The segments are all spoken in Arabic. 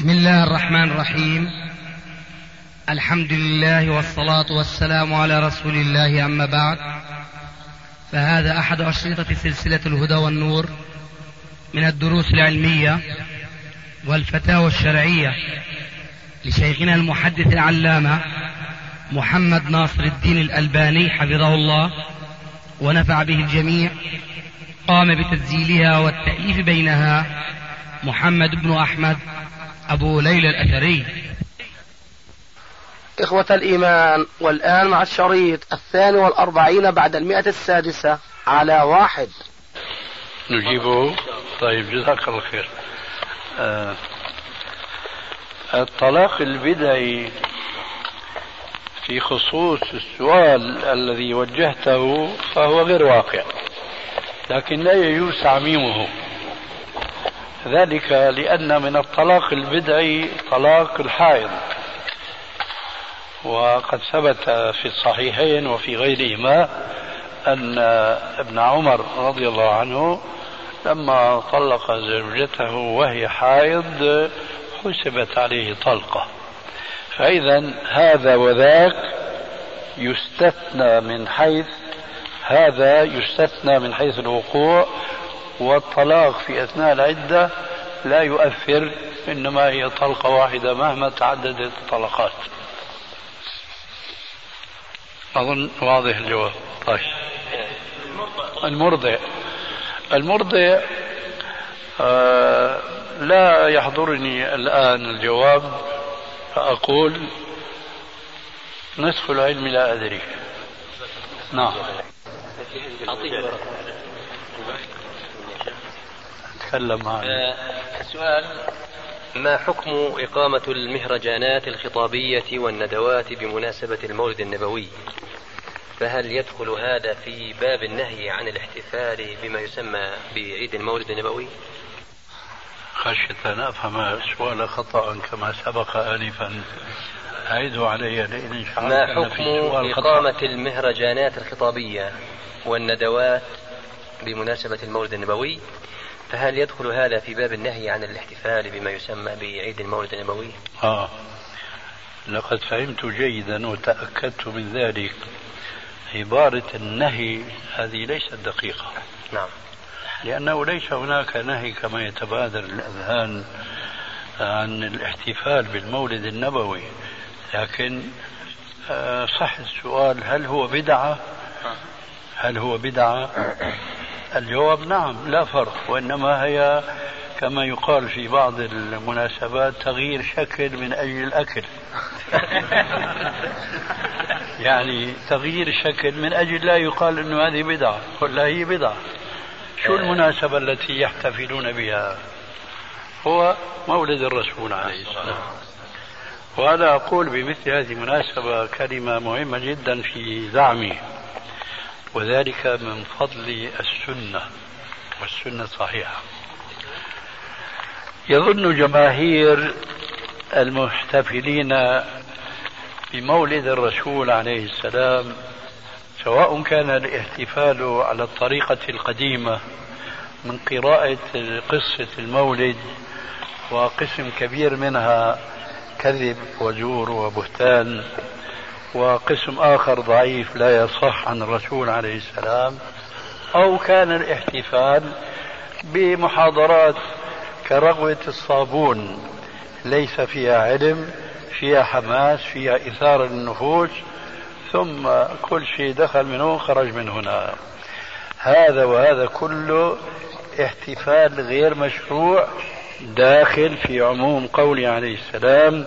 بسم الله الرحمن الرحيم. الحمد لله والصلاة والسلام على رسول الله، أما بعد، فهذا أحد أشرطة سلسلة الهدى والنور من الدروس العلمية والفتاوى الشرعية لشيخنا المحدث العلامة محمد ناصر الدين الألباني حفظه الله ونفع به الجميع. قام بتسجيلها والتأليف بينها محمد بن أحمد أبو ليلى الأثري. إخوة الإيمان، والآن مع الشريط 42 بعد 106 على 1. نجيبه. طيب، جزاك الله خير. الطلاق البدعي في خصوص السؤال الذي وجهته فهو غير واقع، لكن لا يجوز تعميمه، ذلك لأن من الطلاق البدعي طلاق الحائض، وقد ثبت في الصحيحين وفي غيرهما أن ابن عمر رضي الله عنه لما طلق زوجته وهي حائض حسبت عليه طلقة. فإذا هذا وذاك يستثنى من حيث هذا يستثنى من حيث الوقوع، والطلاق في أثناء العدة لا يؤثر، إنما هي طلقة واحدة مهما تعددت الطلقات. أظن واضح الجواب. طيب، المرضع لا يحضرني الآن الجواب، فأقول نصف العلم لا أدري. نعم. أتكلم معي. السؤال: ما حكم إقامة المهرجانات الخطابية والندوات بمناسبة المولد النبوي؟ فهل يدخل هذا في باب النهي عن الاحتفال بما يسمى بعيد المولد النبوي؟ خشية أن أفهم السؤال خطأ كما سبق آنفا، أعيده علي لأن ما حكم إقامة المهرجانات الخطابية والندوات بمناسبة المولد النبوي؟ فهل يدخل هذا في باب النهي عن الاحتفال بما يسمى بعيد المولد النبوي؟ لقد فهمت جيدا وتأكدت من ذلك. عبارة النهي هذه ليست دقيقة. نعم. لأنه ليس هناك نهي كما يتبادر الأذهان عن الاحتفال بالمولد النبوي، لكن صح السؤال: هل هو بدعة؟ الجواب نعم، لا فرق، وإنما هي كما يقال في بعض المناسبات تغيير شكل من أجل الأكل. يعني تغيير شكل من أجل لا يقال أنه هذه بدعة، ولا هي بدعة. شو المناسبة التي يحتفلون بها؟ هو مولد الرسول عليه السلام. وأنا أقول بمثل هذه المناسبة كلمة مهمة جدا في زعمي، وذلك من فضل السنة، والسنة صحيحة. يظن جماهير المحتفلين بمولد الرسول عليه السلام، سواء كان الاحتفال على الطريقة القديمة من قراءة قصة المولد، وقسم كبير منها كذب وزور وبهتان، وقسم آخر ضعيف لا يصح عن الرسول عليه السلام، أو كان الاحتفال بمحاضرات كرغوة الصابون ليس فيها علم، فيها حماس، فيها إثارة للنفوس، ثم كل شيء دخل من هنا خرج من هنا. وهذا كله احتفال غير مشروع، داخل في عموم قوله عليه السلام: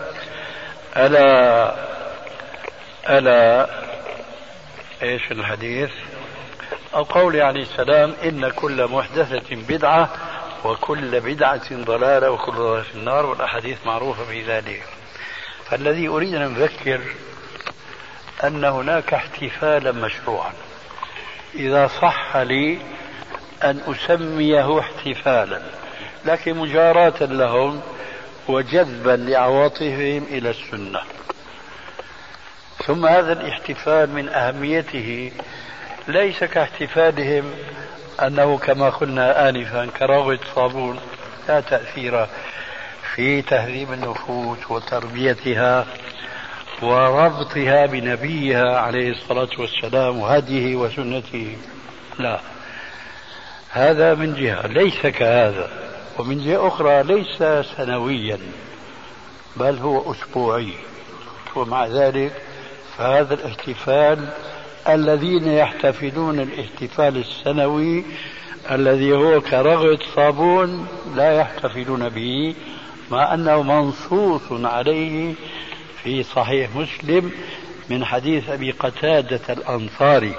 ألا إيش الحديث؟ أو قوله عليه السلام: إن كل محدثة بدعة وكل بدعة ضلالة وكل ضلالة في النار، والأحاديث معروفة في ذلك. فالذي أريد أن أذكر أن هناك احتفالا مشروعا، إذا صح لي أن أسميه احتفالا، لكن مجاراة لهم وجذبا لعواطفهم إلى السنة. ثم هذا الاحتفال من أهميته ليس كاحتفالهم أنه كما قلنا آنفا كراغة صابون، لا تأثير في تهذيب النفوس وتربيتها وربطها بنبيها عليه الصلاة والسلام وهديه وسنته. لا، هذا من جهة ليس كهذا، ومن جهة أخرى ليس سنويا بل هو أسبوعي. ومع ذلك فهذا الاحتفال الذين يحتفلون الاحتفال السنوي الذي هو كرغد صابون لا يحتفلون به، مع أنه منصوص عليه في صحيح مسلم من حديث أبي قتادة الأنصاري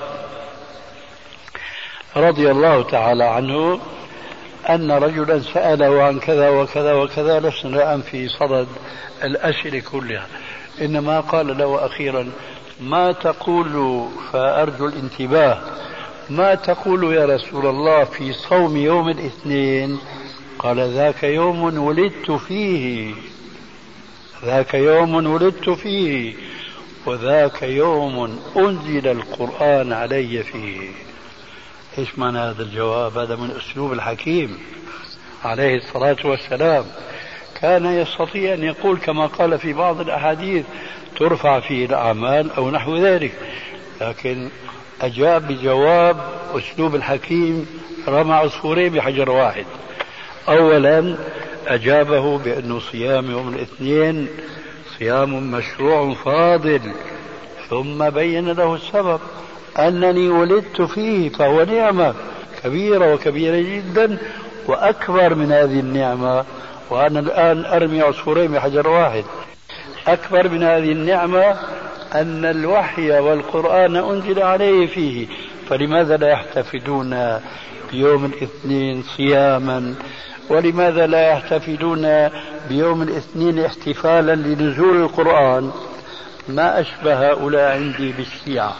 رضي الله تعالى عنه أن رجلا سأله عن كذا وكذا وكذا، لسنا الآن في صدد الأسئلة كلها، إنما قال له أخيرا: ما تقول، فأرجو الانتباه، ما تقول يا رسول الله في صوم يوم الاثنين؟ قال: ذاك يوم ولدت فيه، ذاك يوم ولدت فيه، وذاك يوم أنزل القرآن علي فيه. إيش معنى هذا الجواب؟ هذا من أسلوب الحكيم عليه الصلاة والسلام. كان يستطيع أن يقول كما قال في بعض الأحاديث: ترفع فيه الأعمال أو نحو ذلك، لكن أجاب بجواب أسلوب الحكيم، رمى عصفورين بحجر واحد. أولا أجابه بأنه صيام يوم الاثنين صيام مشروع فاضل، ثم بين له السبب: أنني ولدت فيه، فهو نعمة كبيرة وكبيرة جدا، وأكبر من هذه النعمة، وأنا الآن أرمي عصفورين بحجر واحد. أكبر من هذه النعمة أن الوحي والقرآن أنزل عليه فيه، فلماذا لا يحتفلون بيوم الاثنين صياما؟ ولماذا لا يحتفلون بيوم الاثنين احتفالا لنزول القرآن؟ ما أشبه هؤلاء عندي بالشيعة.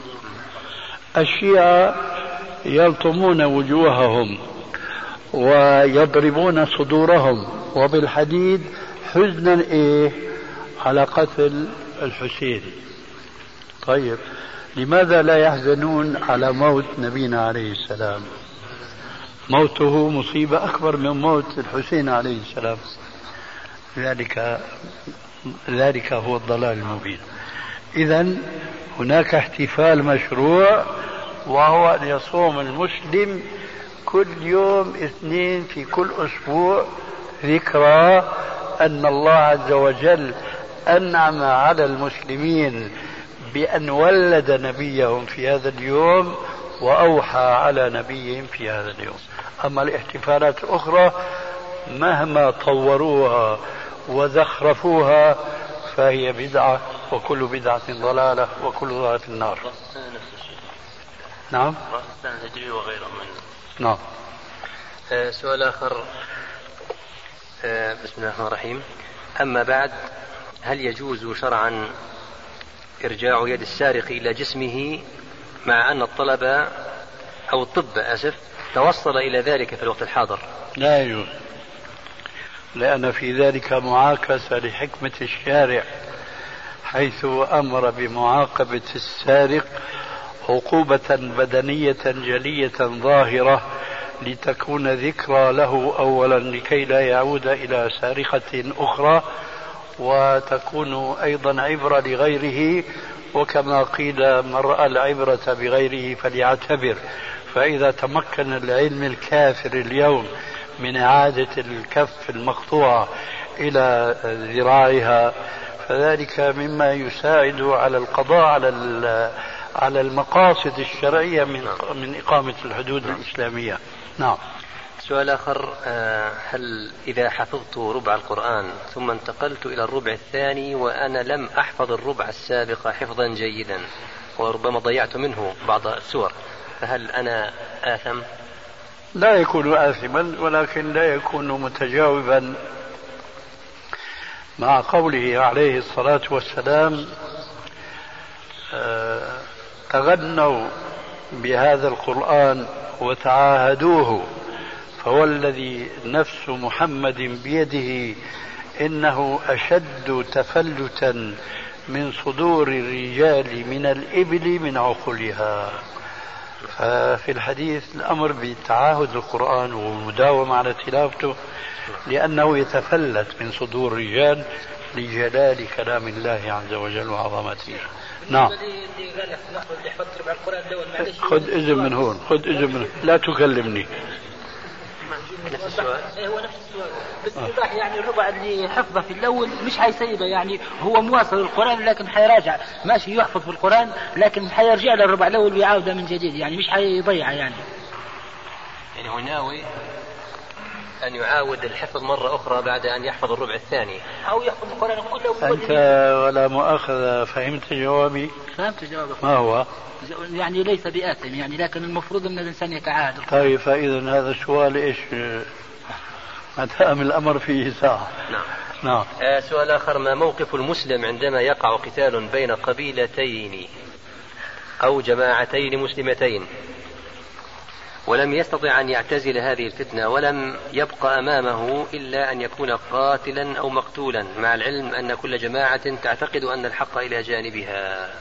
الشيعة يلطمون وجوههم ويضربون صدورهم وبالحديد حزنا على قتل الحسين. طيب، لماذا لا يحزنون على موت نبينا عليه السلام؟ موته مصيبة أكبر من موت الحسين عليه السلام. ذلك هو الضلال المبين. إذن هناك احتفال مشروع، وهو أن يصوم المسلم كل يوم اثنين في كل أسبوع ذكرى أن الله عز وجل أنعم على المسلمين بأن ولد نبيهم في هذا اليوم وأوحى على نبيهم في هذا اليوم. أما الاحتفالات الأخرى مهما طوروها وزخرفوها فهي بدعة، وكل بدعة ضلالة، وكل ضلالة في النار. نعم. نعم. سؤال آخر. بسم الله الرحمن الرحيم. أما بعد، هل يجوز شرعا إرجاع يد السارق إلى جسمه مع أن الطلبة أو الطب توصل إلى ذلك في الوقت الحاضر؟ لا يجوز، لأن في ذلك معاكسة لحكمة الشارع، حيث أمر بمعاقبة السارق عقوبة بدنية جلية ظاهرة لتكون ذكرى له أولا لكي لا يعود إلى سارقة أخرى، وتكون أيضا عبرة لغيره، وكما قيل: من رأى العبرة بغيره فليعتبر. فإذا تمكن العلم الكافر اليوم من إعادة الكف المقطوعة إلى ذراعها فذلك مما يساعد على القضاء على المقاصد الشرعية من إقامة الحدود الإسلامية. نعم. سؤال آخر. هل إذا حفظت ربع القرآن ثم انتقلت إلى الربع الثاني وأنا لم أحفظ الربع السابق حفظا جيدا وربما ضيعت منه بعض السور، فهل أنا آثم؟ لا يكون آثما، ولكن لا يكون متجاوبا مع قوله عليه الصلاة والسلام: تغنوا بهذا القرآن وتعاهدوه، فوالذي نفس محمد بيده إنه أشد تفلتا من صدور الرجال من الإبل من عقلها. ففي الحديث الأمر بتعاهد القرآن والمداومة على تلاوته لأنه يتفلت من صدور الرجال لجلال كلام الله عز وجل وعظمته. نعم. خذ إذن من هون، خذ إذن من هون. لا تكلمني. نفس السؤال. هو نفس السؤال بس يوضح يعني الربع اللي حفظه في الأول مش حيسيبه، يعني هو مواصل القرآن لكن حيراجع ماشي يحفظ في القرآن لكن حيرجع للربع الأول ويعاوده من جديد، يعني مش حيضيعه يعني هو ناوي أن يعاود الحفظ مرة أخرى بعد أن يحفظ الربع الثاني أو يحفظ القرآن كله. أنت ولا مؤاخذة فهمت جوابي؟ فهمت جوابك. ما هو؟ يعني ليس بآثم يعني، لكن المفروض أن الإنسان يتعاهد. طيب فإذا هذا السؤال إيش؟ ما دام الأمر فيه ساعة. نعم. نعم. سؤال آخر: ما موقف المسلم عندما يقع قتال بين قبيلتين أو جماعتين مسلمتين ولم يستطع أن يعتزل هذه الفتنة ولم يبقى أمامه إلا أن يكون قاتلا أو مقتولا، مع العلم أن كل جماعة تعتقد أن الحق إلى جانبها؟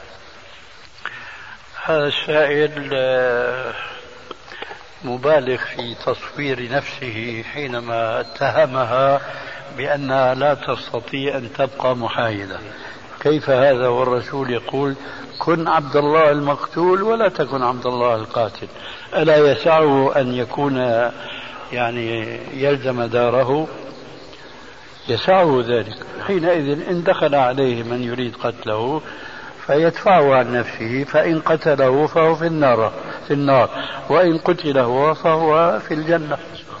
هذا السائل مبالغ في تصوير نفسه حينما اتهمها بأنها لا تستطيع أن تبقى محايدة. كيف هذا والرسول يقول: كن عبد الله المقتول ولا تكن عبد الله القاتل. ألا يسعه أن يكون يعني يلزم داره؟ يسعه ذلك. حينئذ إن دخل عليه من يريد قتله فيدفعه عن نفسه، فإن قتله فهو في النار وإن قتل هو فهو في الجنة.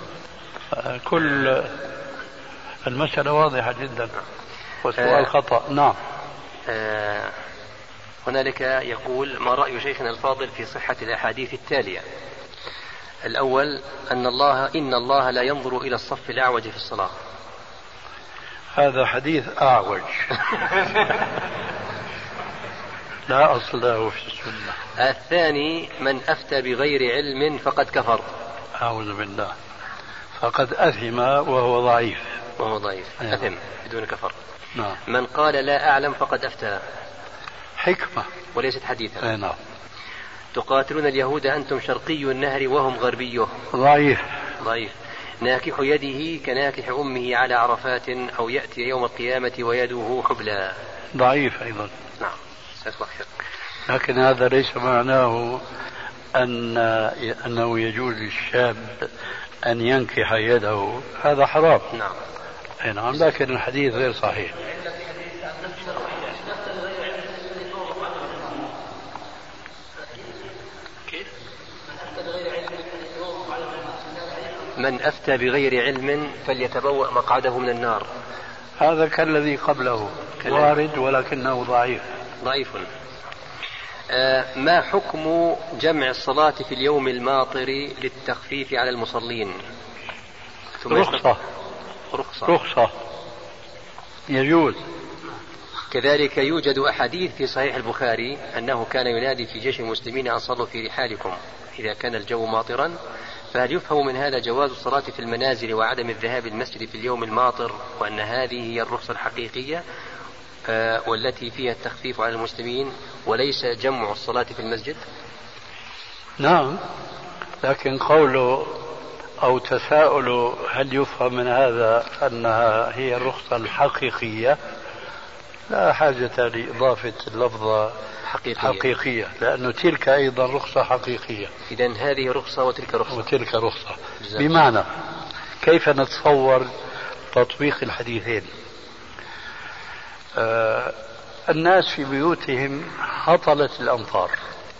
كل المسألة واضحة جدا والسؤال خطأ. نعم. هنالك يقول: ما رأي شيخنا الفاضل في صحة الأحاديث التالية؟ الأول: إن الله لا ينظر إلى الصف الأعوج في الصلاة. هذا حديث أعوج لا أصل له في السنة. الثاني: من أفتى بغير علم فقد كفر. أعوذ بالله. فقد أثم وهو ضعيف. أثم بدون كفر. نعم. من قال لا أعلم فقد أفتى. حكمة وليست حديثا. نعم. تقاتلون اليهود أنتم شرقي النهر وهم غربيه. ضعيف. ناكح يده كناكح أمه على عرفات أو يأتي يوم القيامة ويده حبلى. ضعيف أيضا. نعم. لكن هذا ليس معناه أنه يجوز للشاب أن ينكح يده، هذا حرام. نعم. لكن الحديث غير صحيح. من أفتى بغير علم فليتبوأ مقعده من النار. هذا كالذي قبله وارد ولكنه ضعيف. ما حكم جمع الصلاة في اليوم الماطر للتخفيف على المصلين؟ رخصة يجوز. كذلك يوجد أحاديث في صحيح البخاري أنه كان ينادي في جيش المسلمين أن صلوا في رحالكم إذا كان الجو ماطرا، فهل يفهم من هذا جواز الصلاة في المنازل وعدم الذهاب المسجد في اليوم الماطر، وأن هذه هي الرخصة الحقيقية والتي فيها التخفيف على المسلمين وليس جمع الصلاة في المسجد؟ نعم، لكن قوله أو تساؤل هل يفهم من هذا أنها هي الرخصة الحقيقية، لا حاجة لإضافة اللفظة حقيقية لأنه تلك أيضا رخصة حقيقية. إذن هذه رخصة وتلك رخصة. بمعنى كيف نتصور تطبيق الحديثين؟ الناس في بيوتهم هطلت الأمطار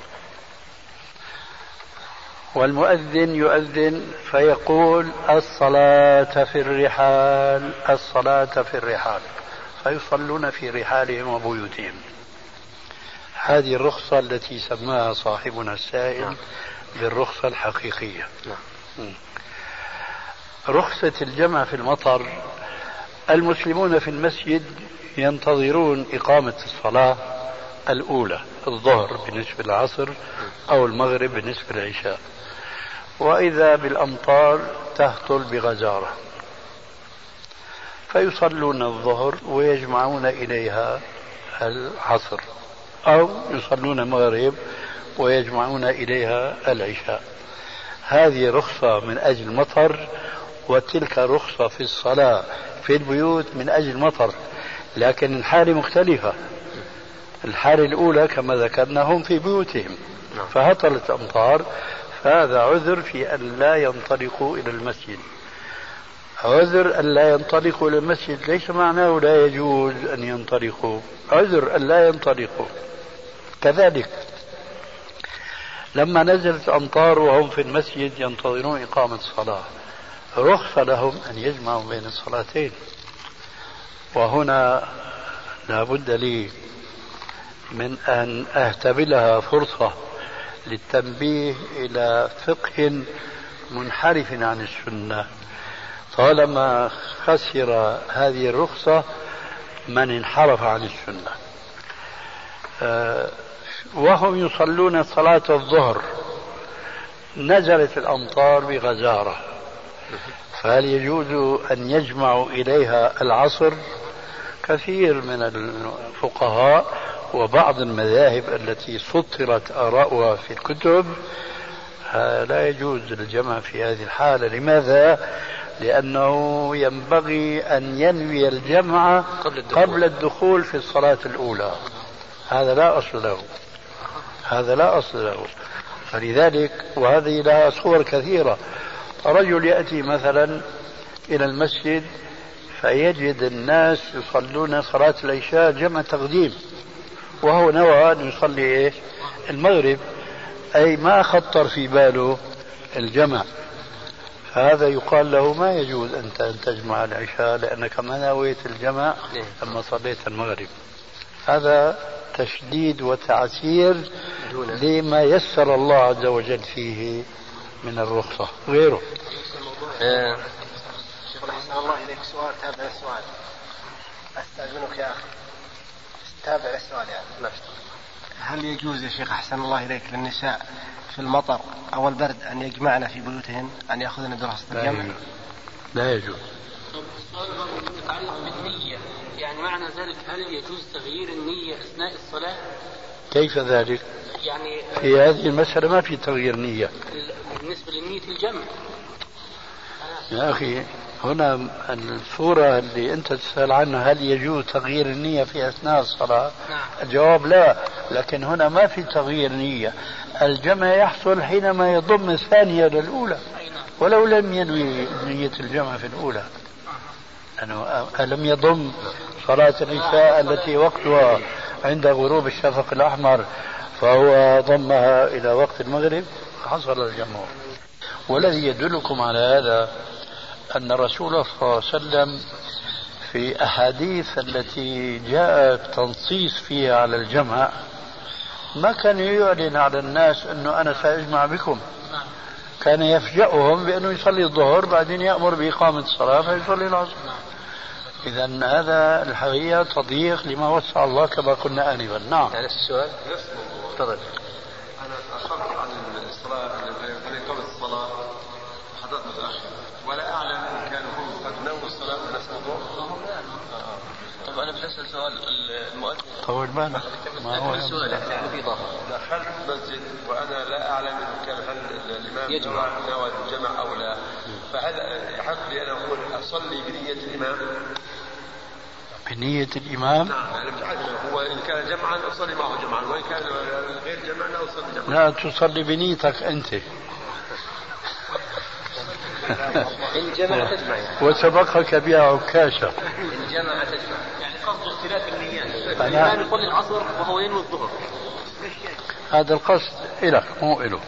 والمؤذن يؤذن فيقول الصلاة في الرحال، الصلاة في الرحال، فيصلون في رحالهم وبيوتهم. هذه الرخصة التي سماها صاحبنا السائل بالرخصة الحقيقية. رخصة الجمع في المطر، المسلمون في المسجد ينتظرون إقامة الصلاة الأولى، الظهر بالنسبة للعصر أو المغرب بالنسبة للعشاء، وإذا بالأمطار تهطل بغزارة فيصلون الظهر ويجمعون إليها العصر، أو يصلون المغرب ويجمعون إليها العشاء. هذه رخصة من أجل المطر، وتلك رخصة في الصلاة في البيوت من أجل المطر، لكن الحالة مختلفة. الحالة الأولى كما ذكرنا هم في بيوتهم فهطلت أمطار، فهذا عذر في أن لا ينطلقوا إلى المسجد. عذر أن لا ينطلقوا إلى المسجد ليس معناه لا يجوز أن ينطلقوا، عذر أن لا ينطلقوا. كذلك لما نزلت أمطار وهم في المسجد ينتظرون إقامة الصلاة، رخص لهم أن يجمعوا بين الصلاتين. وهنا لا بد لي من أن أهتبلها فرصة للتنبيه إلى فقه منحرف عن السنة، طالما خسر هذه الرخصة من انحرف عن السنة. وهم يصلون صلاة الظهر نزلت الأمطار بغزارة، فهل يجوز أن يجمعوا إليها العصر؟ كثير من الفقهاء وبعض المذاهب التي سطرت آراؤها في الكتب لا يجوز الجمع في هذه الحالة. لماذا؟ لأنه ينبغي أن ينوي الجمع قبل الدخول في الصلاة الأولى. هذا لا أصل له، هذا لا أصل له. فلذلك وهذه لها صور كثيرة. رجل يأتي مثلا إلى المسجد فيجد الناس يصلون صلاة العشاء جمع تقديم، وهو نوى أن يصلي المغرب، أي ما خطر في باله الجمع. فهذا يقال له ما يجوز أنت أن تجمع العشاء لأنك ما نويت الجمع لما صليت المغرب. هذا تشديد وتعسير لما يسر الله عز وجل فيه من الرخصة غيره. شيخ أحسن الله إليك، سؤال تابع السؤال، أستأذنك يا أخي تابع السؤال يعني. هل يجوز يا شيخ أحسن الله إليك للنساء في المطر أو البرد أن يجمعن في بيوتهن، أن يأخذن برخصة الجمع؟ لا يجوز. السؤال يتعلق بالنية، يعني معنى ذلك هل يجوز تغيير النية أثناء الصلاة؟ كيف ذلك؟ يعني في هذه المسألة ما في تغيير نية بالنسبة للنية الجمع. يا أخي هنا الصورة اللي أنت تسأل عنها هل يجوز تغيير النية في أثناء الصلاة؟ الجواب لا، لكن هنا ما في تغيير نية. الجمع يحصل حينما يضم الثانية للأولى ولو لم ينوي نية الجمع في الأولى. ألم يضم صلاة العشاء التي وقتها عند غروب الشفق الأحمر فهو ضمها إلى وقت المغرب، حصل الجمع. والذي يدلكم على هذا أن الرسول صلى الله عليه وسلم في أحاديث التي جاء تنصيص فيها على الجمع ما كان يعلن على الناس أنه أنا سأجمع بكم، كان يفجأهم بأنه يصلي الظهر بعدين يأمر بإقامة الصلاة فيصلي العصر. إذا هذا الحقيقة تضييق لما وسع الله كما قلنا آنفا. نعم. نفس السؤال. تفضل. أنا تأخرت عن الصلاة عن إقامة الصلاة حضرت متأخر ولا أعلم إن كانوا هم قد نووا الصلاة ونفس الظهر. طب أنا بسأل سؤال المؤذن. طول بالك. ما هو السؤال في ضابط. دخلت المسجد وأنا لا أعلم إن كان هل الإمام نوى الجمع أو لا، فهل يحق لي أن أقول أصلي بنية الإمام؟ بنية الإمام؟ نعم. هو إن كان جمعا أصلي معه جمعا، وإن كان غير جمعا لا أصلي جمعا. لا تصلي بنيتك أنت. إن جمع تجمع. وسبقك بها عكاشة. إن جمع تجمع. يعني قصد اختلاف النيات. الإمام يصلي العصر وهو ينوي الظهر. هذا القصد إلك مو إله.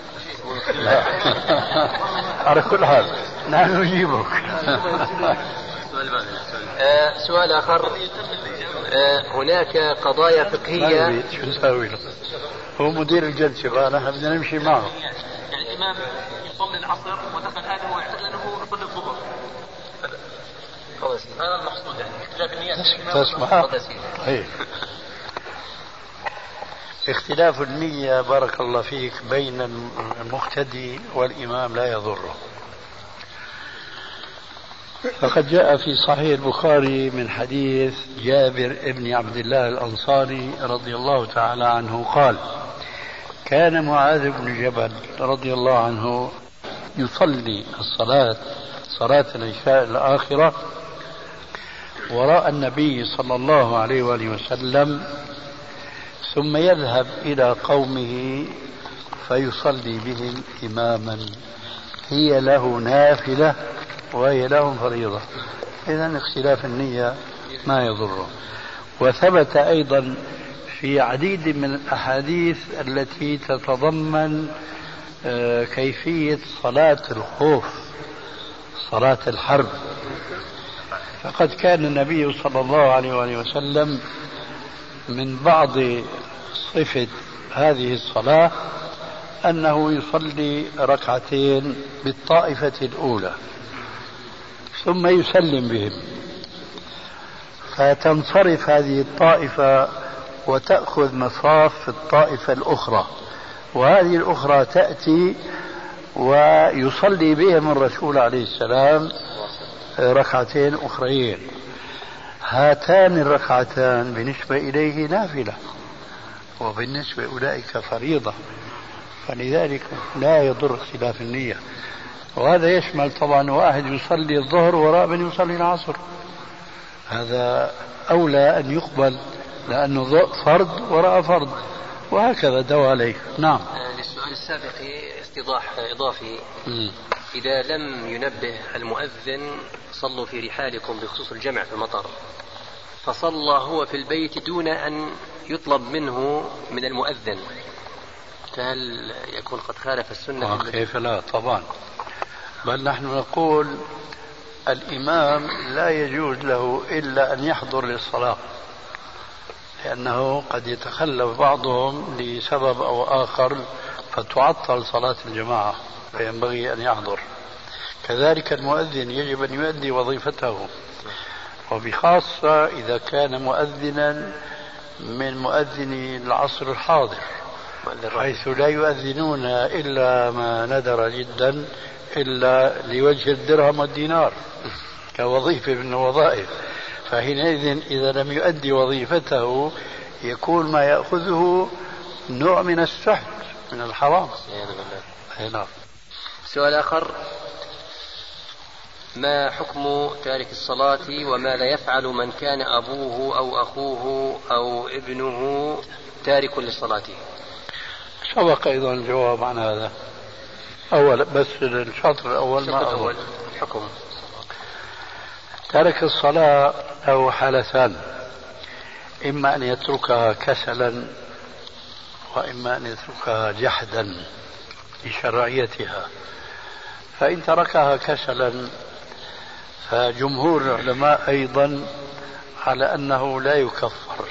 على كل حال نحن نجيبك. سؤال آخر. هناك قضايا فقهية. شو نسوي له؟ هو مدير الجلسة بقى نحن بدنا نمشي معه. يعني الإمام يصلي العصر ودخل هذا هو يعتقد أنه يصلي الظهر. هذا المقصود يعني اختلاف النيات. تسمع؟ أي. اختلاف النية بارك الله فيك بين المقتدي والإمام لا يضره. فقد جاء في صحيح البخاري من حديث جابر بن عبد الله الأنصاري رضي الله تعالى عنه قال: كان معاذ بن جبل رضي الله عنه يصلي صلاة العشاء الآخرة وراء النبي صلى الله عليه وآله وسلم، ثم يذهب إلى قومه فيصلي بهم إماما، هي له نافلة وهي لهم فريضة. إذن اختلاف النية ما يضره. وثبت أيضا في عديد من الأحاديث التي تتضمن كيفية صلاة الخوف، صلاة الحرب. فقد كان النبي صلى الله عليه وآله وسلم من بعض صفة هذه الصلاة أنه يصلي ركعتين بالطائفة الأولى ثم يسلم بهم، فتنصرف هذه الطائفة وتأخذ مصاف الطائفة الأخرى، وهذه الأخرى تأتي ويصلي بهم الرسول عليه السلام ركعتين أخرين. هاتان الركعتان بالنسبة إليه نافلة وبالنسبة أولئك فريضة، فلذلك لا يضر اختلاف النية. وهذا يشمل طبعا واحد يصلي الظهر وراء من يصلي العصر، هذا أولى أن يقبل لأنه فرض وراء فرض، وهكذا دوا عليه. نعم. للسؤال السابق استيضاح إضافي. إذا لم ينبه المؤذن صلوا في رحالكم بخصوص الجمع في المطر، فصلى هو في البيت دون أن يطلب منه من المؤذن، فهل يكون قد خالف السنة؟ كيف لا؟ طبعا، بل نحن نقول الإمام لا يجوز له إلا أن يحضر للصلاة، لأنه قد يتخلف بعضهم لسبب أو آخر فتعطل صلاة الجماعة، فينبغي أن يحضر. كذلك المؤذن يجب أن يؤدي وظيفته، وبخاصة إذا كان مؤذنا من مؤذني العصر الحاضر، حيث لا يؤذنون إلا ما ندر جدا إلا لوجه الدرهم والدينار كوظيفة من الوظائف، فحينئذ إذا لم يؤدي وظيفته يكون ما يأخذه نوع من السحت من الحرام. نعم. سؤال آخر: ما حكم تارك الصلاة وما لا يفعل من كان أبوه أو أخوه أو ابنه تارك للصلاة؟ سبق أيضا الجواب عن هذا أول، بس الشطر الأول ما أول. الحكم: تارك الصلاة له حالتان: إما أن يتركها كسلا، وإما أن يتركها جحدا لشرعيتها. فإن تركها كسلا فجمهور العلماء أيضا على أنه لا يكفر،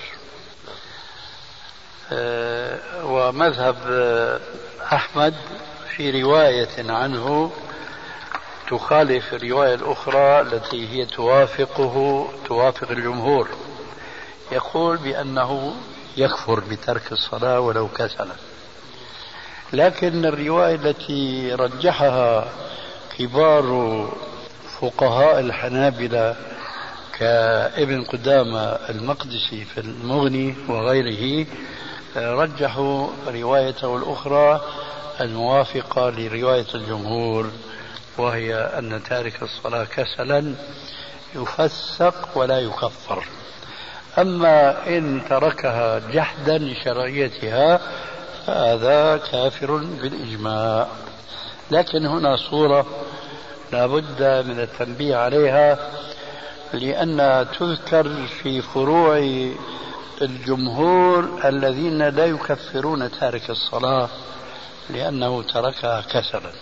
ومذهب أحمد في رواية عنه تخالف الرواية الأخرى التي هي توافق الجمهور، يقول بأنه يكفر بترك الصلاة ولو كسلا. لكن الرواية التي رجحها كبار فقهاء الحنابلة كابن قدامة المقدسي في المغني وغيره رجحوا روايته الأخرى الموافقة لرواية الجمهور، وهي أن تارك الصلاة كسلا يفسق ولا يكفر. أما إن تركها جحدا لشرعيتها فهذا كافر بالإجماع. لكن هنا صورة لا بد من التنبيه عليها، لأنها تذكر في فروع الجمهور الذين لا يكفرون تارك الصلاة لأنه تركها كسلا.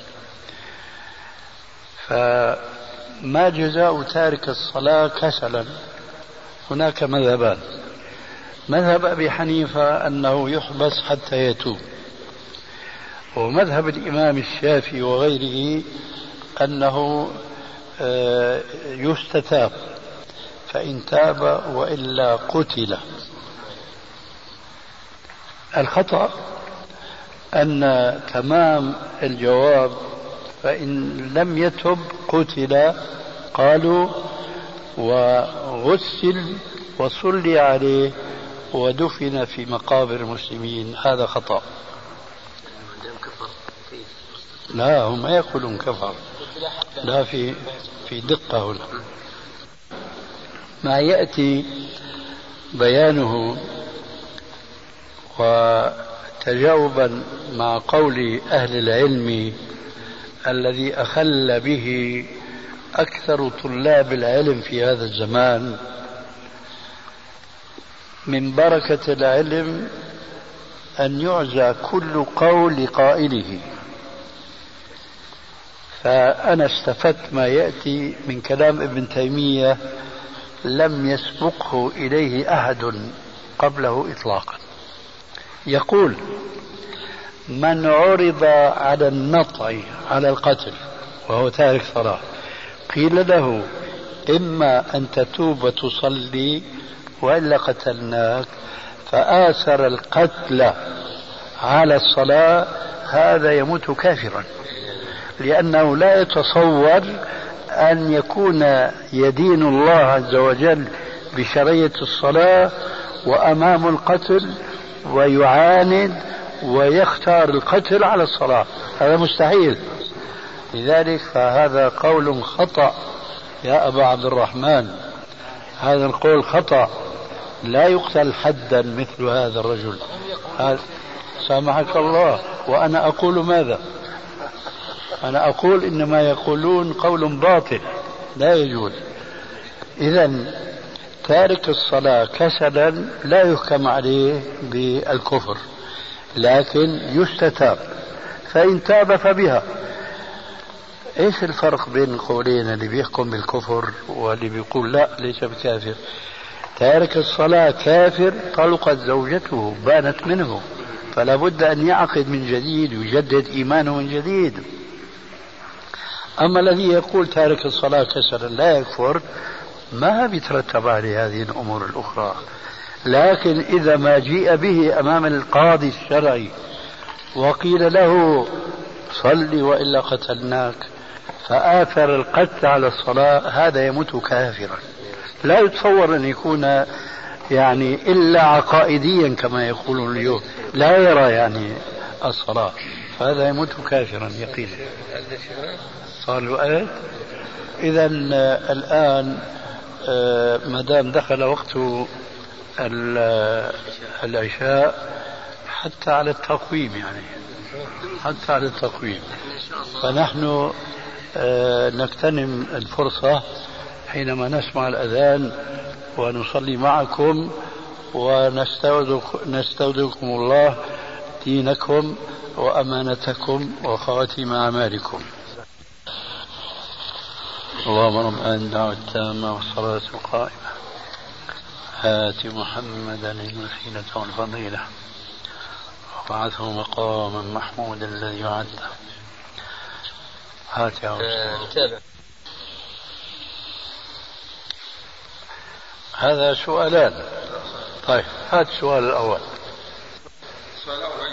فما جزاء تارك الصلاة كسلا؟ هناك مذهبان: مذهب أبي حنيفة أنه يحبس حتى يتوب، ومذهب الإمام الشافعي وغيره أنه يستتاب، فإن تاب وإلا قتل. الخطأ أن تمام الجواب فإن لم يتب قتل، قالوا وغسل وصلي عليه ودفن في مقابر المسلمين. هذا خطأ. لا، هم ما يقولون كفر، لا، في دقة هنا ما يأتي بيانه. وتجاوبا مع قول أهل العلم الذي أخل به أكثر طلاب العلم في هذا الزمان، من بركة العلم أن يعزى كل قول لقائله. فأنا استفدت ما يأتي من كلام ابن تيمية لم يسبقه إليه أحد قبله إطلاقا. يقول: من عرض على النطع على القتل وهو تارك صلاة قيل له: إما أن تتوب تصلي وإلا قتلناك، فآثر القتل على الصلاة، هذا يموت كافرا، لأنه لا يتصور أن يكون يدين الله عز وجل بشريعة الصلاة وأمام القتل ويعاند ويختار القتل على الصلاة، هذا مستحيل. لذلك فهذا قول خطأ يا أبا عبد الرحمن، هذا القول خطأ، لا يقتل حدا مثل هذا الرجل. سامحك الله. وأنا أقول ماذا؟ أنا أقول إنما يقولون قول باطل لا يجوز. إذن تارك الصلاة كسلا لا يحكم عليه بالكفر، لكن يستتاب، فإن تاب فبها. ايش الفرق بين القولين، اللي بيحكم بالكفر واللي بيقول لا ليس بكافر؟ تارك الصلاة كافر، طلقت زوجته، بانت منه، فلا بد أن يعقد من جديد ويجدد إيمانه من جديد. أما الذي يقول تارك الصلاة كسلا لا يكفر، ما بيترتب عليه هذه الأمور الأخرى. لكن إذا ما جيء به أمام القاضي الشرعي وقيل له صل وإلا قتلناك، فآثر القتل على الصلاة، هذا يموت كافرا، لا يتصور أن يكون يعني إلا عقائديا كما يقولون اليوم، لا يرى يعني الصلاة، فهذا يموت كافرا يقينا. صار له إذا الآن ما دام دخل وقت العشاء حتى على التقويم، يعني حتى على التقويم، فنحن نغتنم الفرصة حينما نسمع الأذان ونصلي معكم، ونستودعكم الله دينكم وأمانتكم وخواتيم أعمالكم. اللهم رب الدعوة التامة والصلاة القائمة آت محمدا الوسيلة والفضيلة وابعثه مقاما محمودا الذي وعده. هات يا أستاذ. هذا سؤالان. طيب هات السؤال الأول. السؤال الأول: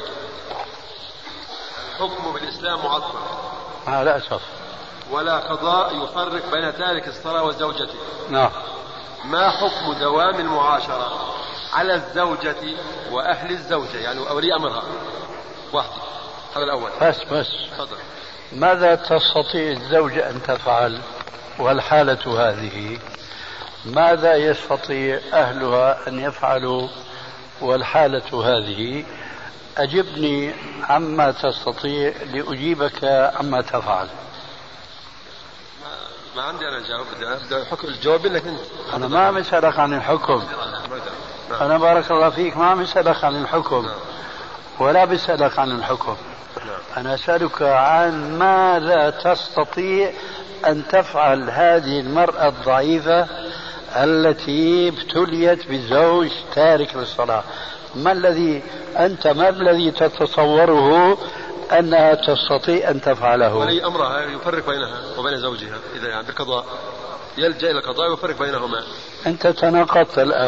الحكم بالإسلام معطل لا أسف ولا قضاء يفرق بين تارك الصلاة وزوجته. نعم. ما حكم دوام المعاشرة على الزوجة وأهل الزوجة، يعني أولي أمرها وحدي؟ هذا الأول. بس تفضل. ماذا تستطيع الزوجة أن تفعل والحالة هذه؟ ماذا يستطيع أهلها أن يفعلوا والحالة هذه؟ أجبني عما تستطيع لأجيبك عما تفعل. ما عندي أنا جواب، بدي الحكم الجواب لك أنت. أنا ما عم أسألك عن الحكم. أنا بارك الله فيك ما عم أسألك عن الحكم ولا بسألك عن الحكم. أنا أسألك عن ماذا تستطيع أن تفعل هذه المرأة الضعيفة التي ابتليت بزوج تارك للصلاة. ما الذي تتصوره أنها تستطيع أن تفعله؟ ولي أمرها يفرق بينها وبين زوجها، إذا يعني بالقضاء يلجأ إلى القضاء ويفرق بينهما. أنت تناقضت الآن.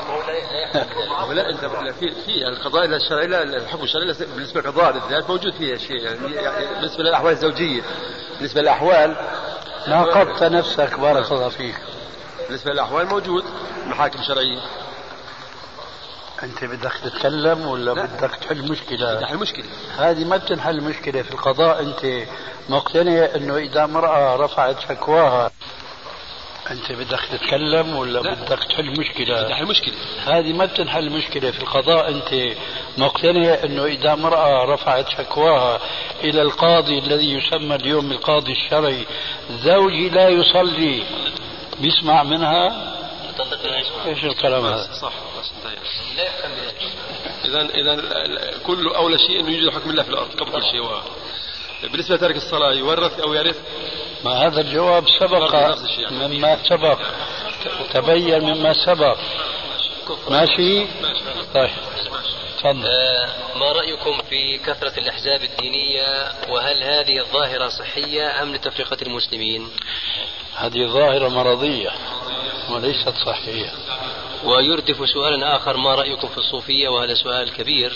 لا أنت في القضاء الشرعي، لا الحكم الشرعي بالنسبة للقضاء بالذات موجود فيه شيء، يعني بالنسبة للأحوال الزوجية، بالنسبة للأحوال ناقضت نفسك بارك الله فيك. بالنسبة للأحوال موجود محاكم شرعية. أنت بدك تتكلم ولا بدك تحل مشكلة؟ بدي أحل مشكلة. هذه ما بتنحل مشكلة في القضاء. أنت مقتنع أنه إذا امرأة رفعت شكواها أنت بدك تتكلم ولا بدك تحل مشكلة؟ بدي أحل مشكلة. هذه ما بتنحل مشكلة في القضاء. أنت مقتنع أنه إذا امرأة رفعت شكواها إلى القاضي الذي يسمى اليوم القاضي الشرعي، زوجي لا يصلي، بيسمع منها؟ ايش الكلام هذا؟ صح بس لا يفهم بذلك. اذا كل اولى شيء انه يوجد حكم الله في الارض قبل كل شيء. بالنسبه لتارك الصلاه يورث او يرث؟ ما هذا الجواب سبق مما سبق، تبين مما سبق. ماشي طيب تفضل. ما رايكم في كثره الاحزاب الدينيه، وهل هذه الظاهره صحيه ام لتفرقه المسلمين؟ هذه ظاهره مرضيه وليست صحية. ويردف سؤالا آخر: ما رأيكم في الصوفية؟ وهذا سؤال كبير.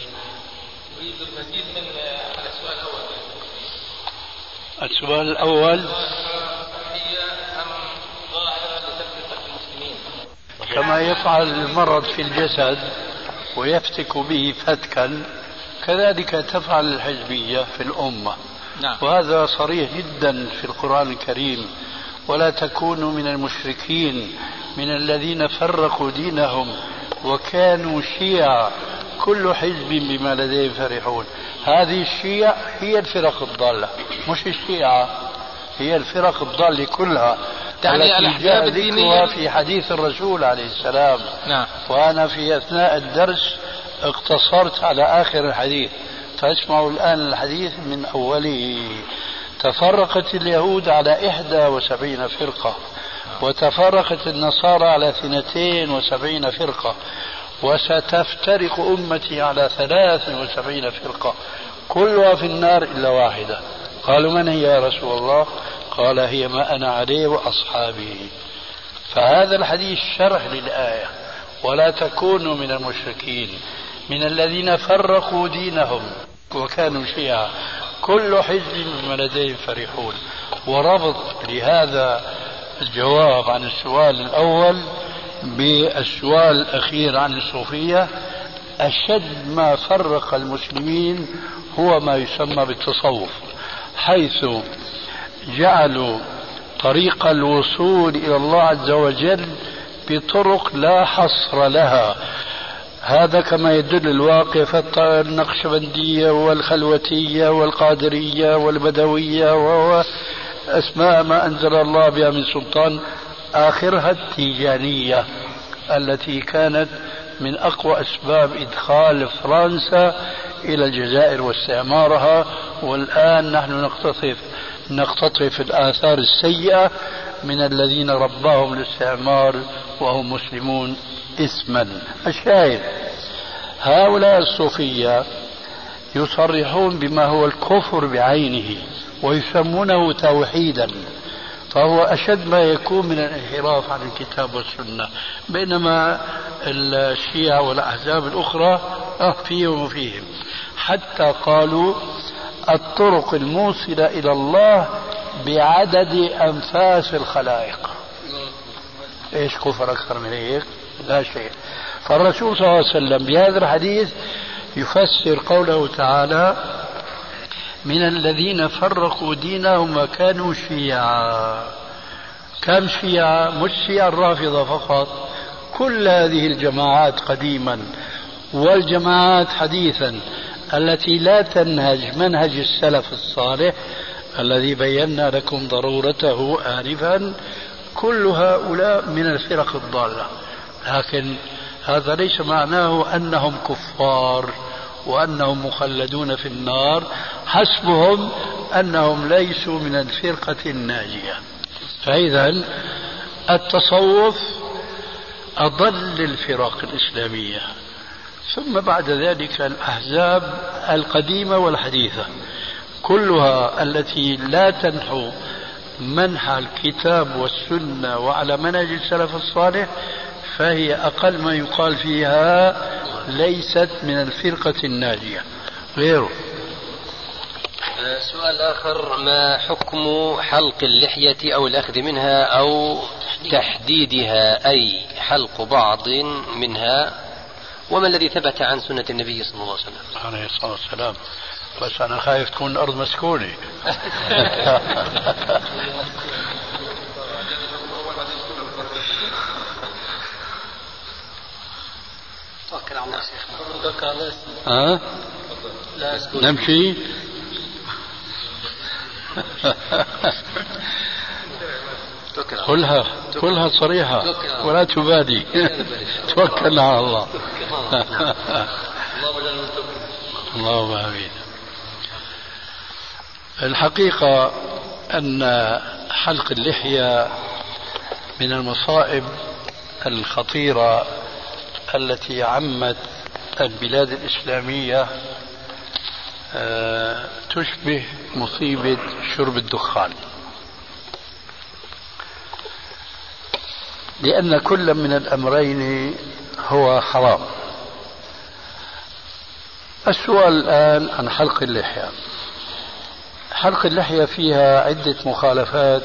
السؤال الأول كما يفعل المرض في الجسد ويفتك به فتكا، كذلك تفعل الحزبية في الأمة. نعم. وهذا صريح جدا في القرآن الكريم: ولا تكونوا من المشركين من الذين فرقوا دينهم وكانوا شيعا كل حزب بما لديهم فرحون. هذه الشيع هي الفرق الضالة، مش الشيعة، هي الفرق الضالة كلها التي جاء ذكرها في حديث الرسول عليه السلام. نعم. وأنا في أثناء الدرس اقتصرت على آخر الحديث، فاسمعوا الآن الحديث من أوله. تفرقت اليهود على 71 فرقة، وتفرقت النصارى على 72 فرقة، وستفترق أمتي على 73 فرقة، كلها في النار إلا واحدة. قالوا: من هي يا رسول الله؟ قال: هي ما أنا عليه وأصحابي. فهذا الحديث شرح للآية: ولا تكونوا من المشركين من الذين فرقوا دينهم وكانوا شيعا كل حزب بما لديهم فرحون. وربط لهذا الجواب عن السؤال الأول بالسؤال الأخير عن الصوفية: أشد ما فرق المسلمين هو ما يسمى بالتصوف، حيث جعلوا طريق الوصول إلى الله عز وجل بطرق لا حصر لها. هذا كما يدل الواقع في النقشبندية والخلوتية والقادرية والبدوية وأسماء ما أنزل الله بها من سلطان، آخرها التيجانية التي كانت من أقوى أسباب إدخال فرنسا إلى الجزائر واستعمارها. والآن نحن نقتطف الآثار السيئة من الذين رباهم الاستعمار وهم مسلمون اسما. الشاهد: هؤلاء الصوفية يصرحون بما هو الكفر بعينه ويسمونه توحيدا، فهو أشد ما يكون من الانحراف عن الكتاب والسنة، بينما الشيعة والأحزاب الأخرى فيهم وفيهم. حتى قالوا: الطرق الموصلة إلى الله بعدد أنفاس الخلائق. إيش كفر أكثر من هيك؟ لا شيء. فالرسول صلى الله عليه وسلم بهذا الحديث يفسر قوله تعالى: من الذين فرقوا دينهم وكانوا شيعا. كم شيعا؟ مش شيعا الرافضة فقط، كل هذه الجماعات قديما والجماعات حديثا التي لا تنهج منهج السلف الصالح الذي بينا لكم ضرورته آنفا، كل هؤلاء من الفرق الضالة. لكن هذا ليس معناه أنهم كفار وأنهم مخلدون في النار، حسبهم أنهم ليسوا من الفرقة الناجية. فإذا التصوف أضل الفرق الإسلامية، ثم بعد ذلك الأحزاب القديمة والحديثة كلها التي لا تنحو منحى الكتاب والسنة وعلى منهج السلف الصالح، فهي أقل ما يقال فيها ليست من الفرقة الناجية. غيره. سؤال آخر: ما حكم حلق اللحية أو الأخذ منها أو تحديدها، أي حلق بعض منها وما الذي ثبت عن سنة النبي صلى الله عليه وسلم؟ عليه الصلاة والسلام. بس أنا خايف تكون الأرض مسكونة. توكل على الله شيخنا. نمشي. كلها صريحة ولا تبادي. توكل على الله. اللهم آمين. الحقيقة أن حلق اللحية من المصائب الخطيرة التي عمت البلاد الإسلامية، تشبه مصيبة شرب الدخان، لأن كل من الأمرين هو حرام. السؤال الآن عن حلق اللحية. حلق اللحية فيها عدة مخالفات.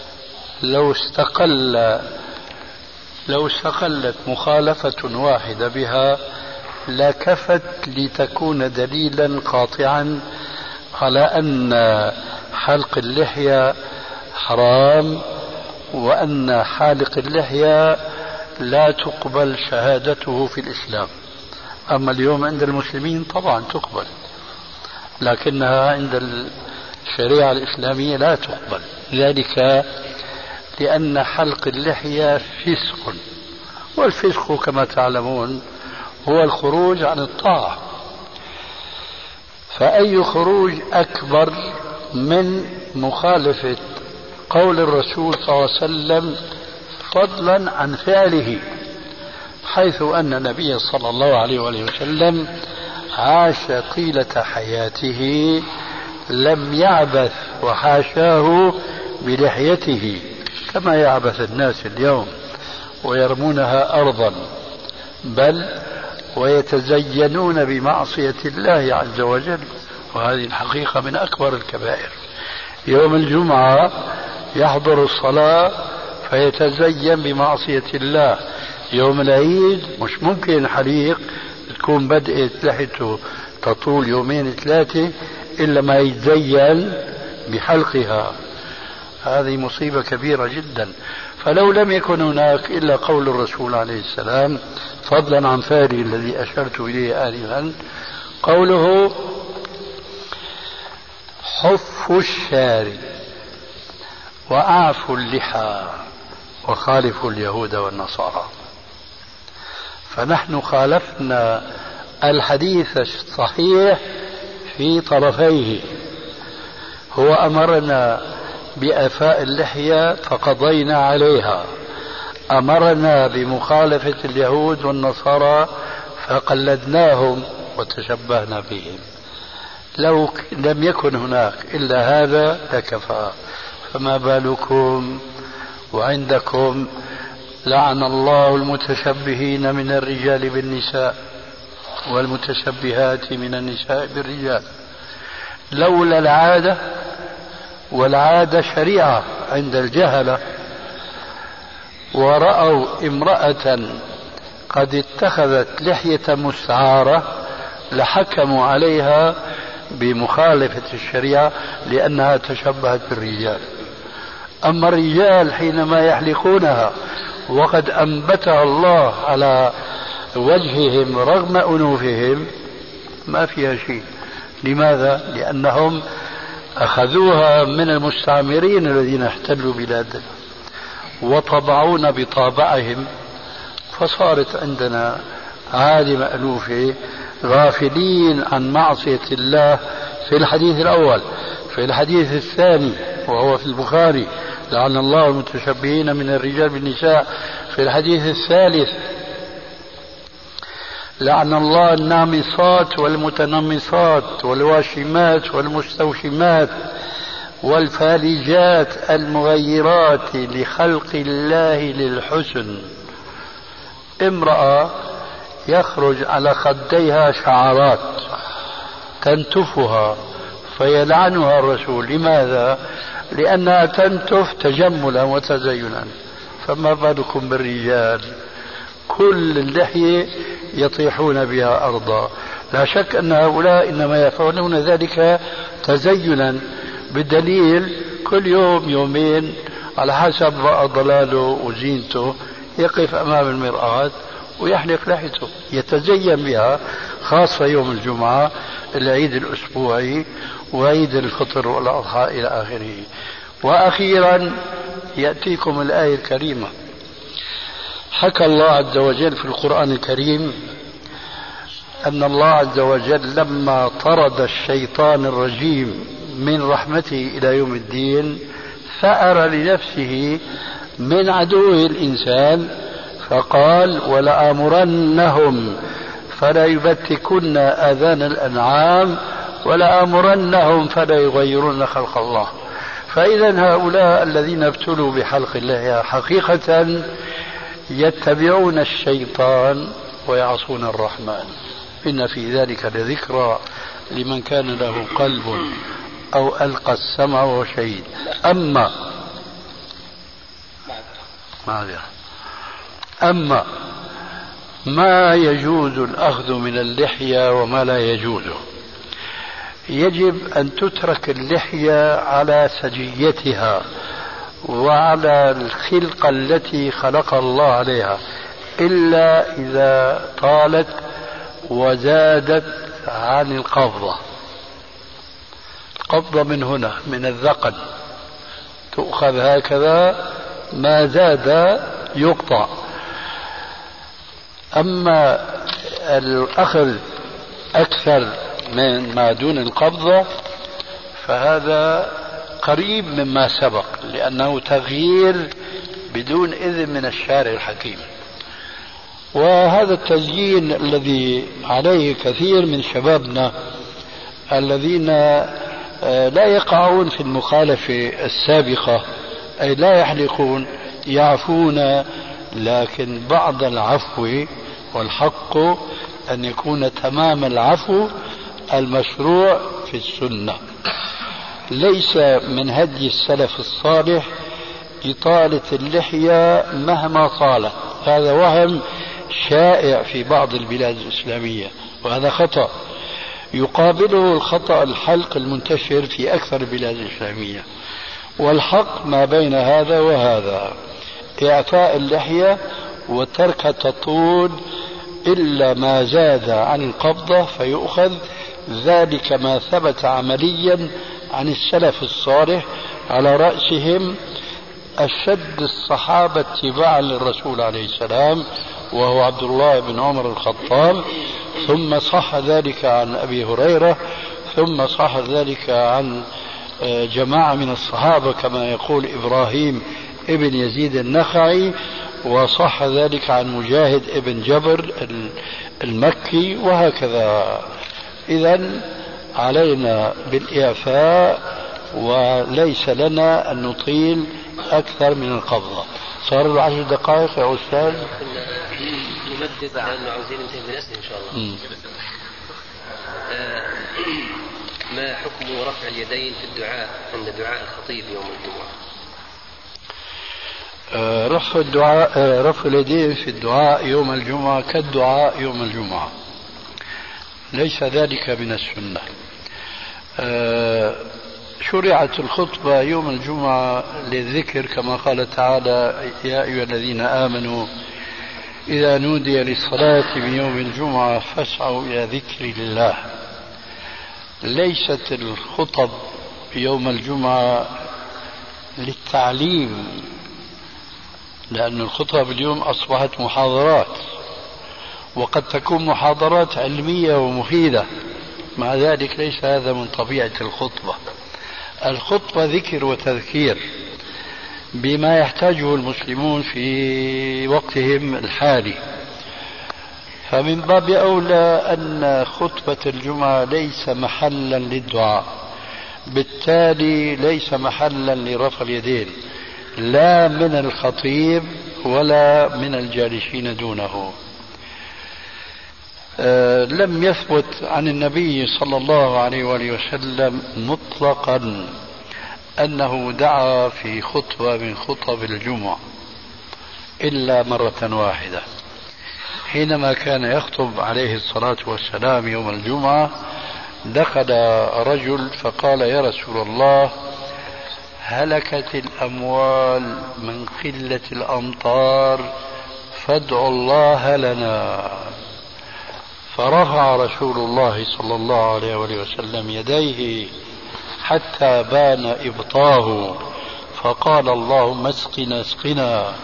لو استقلت مخالفة واحدة بها لكفت لتكون دليلا قاطعا على أن حلق اللحية حرام، وأن حالق اللحية لا تقبل شهادته في الإسلام. أما اليوم عند المسلمين طبعا تقبل، لكنها عند الشريعة الإسلامية لا تقبل، ذلك لأن حلق اللحية فسق، والفسق كما تعلمون هو الخروج عن الطاعة. فأي خروج أكبر من مخالفة قول الرسول صلى الله عليه وسلم فضلا عن فعله، حيث أن النبي صلى الله عليه وسلم عاش طيلة حياته لم يعبث وحاشاه بلحيته كما يعبث الناس اليوم ويرمونها أرضا، بل ويتزينون بمعصية الله عز وجل، وهذه الحقيقة من أكبر الكبائر. يوم الجمعة يحضر الصلاة فيتزين بمعصية الله، يوم العيد مش ممكن حليق تكون بدأت لحيته تطول يومين ثلاثة إلا ما يتزين بحلقها. هذه مصيبة كبيرة جدا. فلو لم يكن هناك إلا قول الرسول عليه السلام فضلا عن فعله الذي أشرت إليه آنفا، قوله حفوا الشارب وأعفوا اللحى وخالفوا اليهود والنصارى. فنحن خالفنا الحديث الصحيح في طرفيه. هو أمرنا بإعفاء اللحية فقضينا عليها، أمرنا بمخالفة اليهود والنصارى فقلدناهم وتشبهنا بهم. لو لم يكن هناك إلا هذا لكفى، فما بالكم وعندكم لعن الله المتشبهين من الرجال بالنساء والمتشبهات من النساء بالرجال. لولا العادة، والعادة شريعة عند الجهلة، ورأوا امرأة قد اتخذت لحية مستعارة لحكموا عليها بمخالفة الشريعة لأنها تشبهت بالرجال. أما الرجال حينما يحلقونها وقد أنبتها الله على وجههم رغم أنوفهم ما فيها شيء. لماذا؟ لأنهم أخذوها من المستعمرين الذين احتلوا بلادنا وطبعونا بطابعهم، فصارت عندنا عادة مألوفة غافلين عن معصية الله. في الحديث الأول. في الحديث الثاني وهو في البخاري لعن الله المتشبهين من الرجال بالنساء. في الحديث الثالث لعن الله النامصات والمتنمصات والواشمات والمستوشمات والفالجات المغيرات لخلق الله للحسن. امرأة يخرج على خديها شعرات تنتفها فيلعنها الرسول. لماذا؟ لأنها تنتف تجملا وتزينا. فما بالكم بالرجال؟ كل اللحية يطيحون بها أرضا. لا شك أن هؤلاء إنما يفعلون ذلك تزينا، بالدليل كل يوم يومين على حسب ضلاله وزينته يقف أمام المرآة ويحلق لحيته يتزين بها، خاصة يوم الجمعة العيد الأسبوعي وعيد الفطر والأضحى إلى آخره. وأخيرا يأتيكم الآية الكريمة. حكى الله عز وجل في القرآن الكريم أن الله عز وجل لما طرد الشيطان الرجيم من رحمته إلى يوم الدين ثأر لنفسه من عدوه الإنسان فقال ولآمرنهم فلا يبتكن آذان الأنعام ولآمرنهم فلا يغيرن خلق الله. فإذا هؤلاء الذين ابتلوا بحلق الله حقيقة يتبعون الشيطان ويعصون الرحمن. إن في ذلك لذكرى لمن كان له قلب أو ألقى السمع وهو شهيد. أما ما يجوز الأخذ من اللحية وما لا يجوز، يجب أن تترك اللحية على سجيتها وعلى الخلقة التي خلق الله عليها، إلا إذا طالت وزادت عن القبضة. القبضة من هنا من الذقن تؤخذ هكذا، ما زاد يقطع. أما الأخذ أكثر من ما دون القبضة فهذا قريب مما سبق، لأنه تغيير بدون إذن من الشارع الحكيم. وهذا التزيين الذي عليه كثير من شبابنا الذين لا يقعون في المخالفة السابقة، أي لا يحلقون يعفون، لكن بعض العفو والحق أن يكون تمام العفو المشروع في السنة. ليس من هدي السلف الصالح إطالة اللحية مهما طالت، هذا وهم شائع في بعض البلاد الإسلامية وهذا خطأ. يقابله الخطأ الحلق المنتشر في أكثر البلاد الإسلامية، والحق ما بين هذا وهذا، إعفاء اللحية وتركها تطول إلا ما زاد عن القبضة فيؤخذ. ذلك ما ثبت عمليا عن السلف الصالح، على رأسهم أشد الصحابة اتباعا للرسول عليه السلام وهو عبد الله بن عمر الخطاب، ثم صح ذلك عن أبي هريرة، ثم صح ذلك عن جماعة من الصحابة كما يقول إبراهيم ابن يزيد النخعي، وصح ذلك عن مجاهد ابن جبر المكي، وهكذا. إذن علينا بالإعفاء وليس لنا أن نطيل أكثر من القبضة. صار 10 دقائق يا أستاذ. نمدد لأنه عاوزين ننتهي من الأسئلة إن شاء الله. ما حكم رفع اليدين في الدعاء عند دعاء الخطيب يوم الجمعة؟ رفع اليدين في الدعاء يوم الجمعة كالدعاء يوم الجمعة، ليس ذلك من السنة. شرعت الخطبة يوم الجمعة للذكر كما قال تعالى يا أيها الذين آمنوا إذا نودي للصلاة من يوم الجمعة فاسعوا إلى ذكر الله. ليست الخطب يوم الجمعة للتعليم، لأن الخطب اليوم أصبحت محاضرات، وقد تكون محاضرات علمية ومفيدة، مع ذلك ليس هذا من طبيعة الخطبة. الخطبة ذكر وتذكير بما يحتاجه المسلمون في وقتهم الحالي، فمن باب أولى أن خطبة الجمعة ليس محلا للدعاء، بالتالي ليس محلا لرفع اليدين لا من الخطيب ولا من الجالسين دونه. لم يثبت عن النبي صلى الله عليه وآله وسلم مطلقا أنه دعا في خطبة من خطب الجمعة إلا مرة واحدة، حينما كان يخطب عليه الصلاة والسلام يوم الجمعة دخل رجل فقال: يا رسول الله، هلكت الأموال من قلة الأمطار فادعوا الله لنا. فرفع رسول الله صلى الله عليه وسلم يديه حتى بان إبطاه فقال: اللهم اسقنا اسقنا.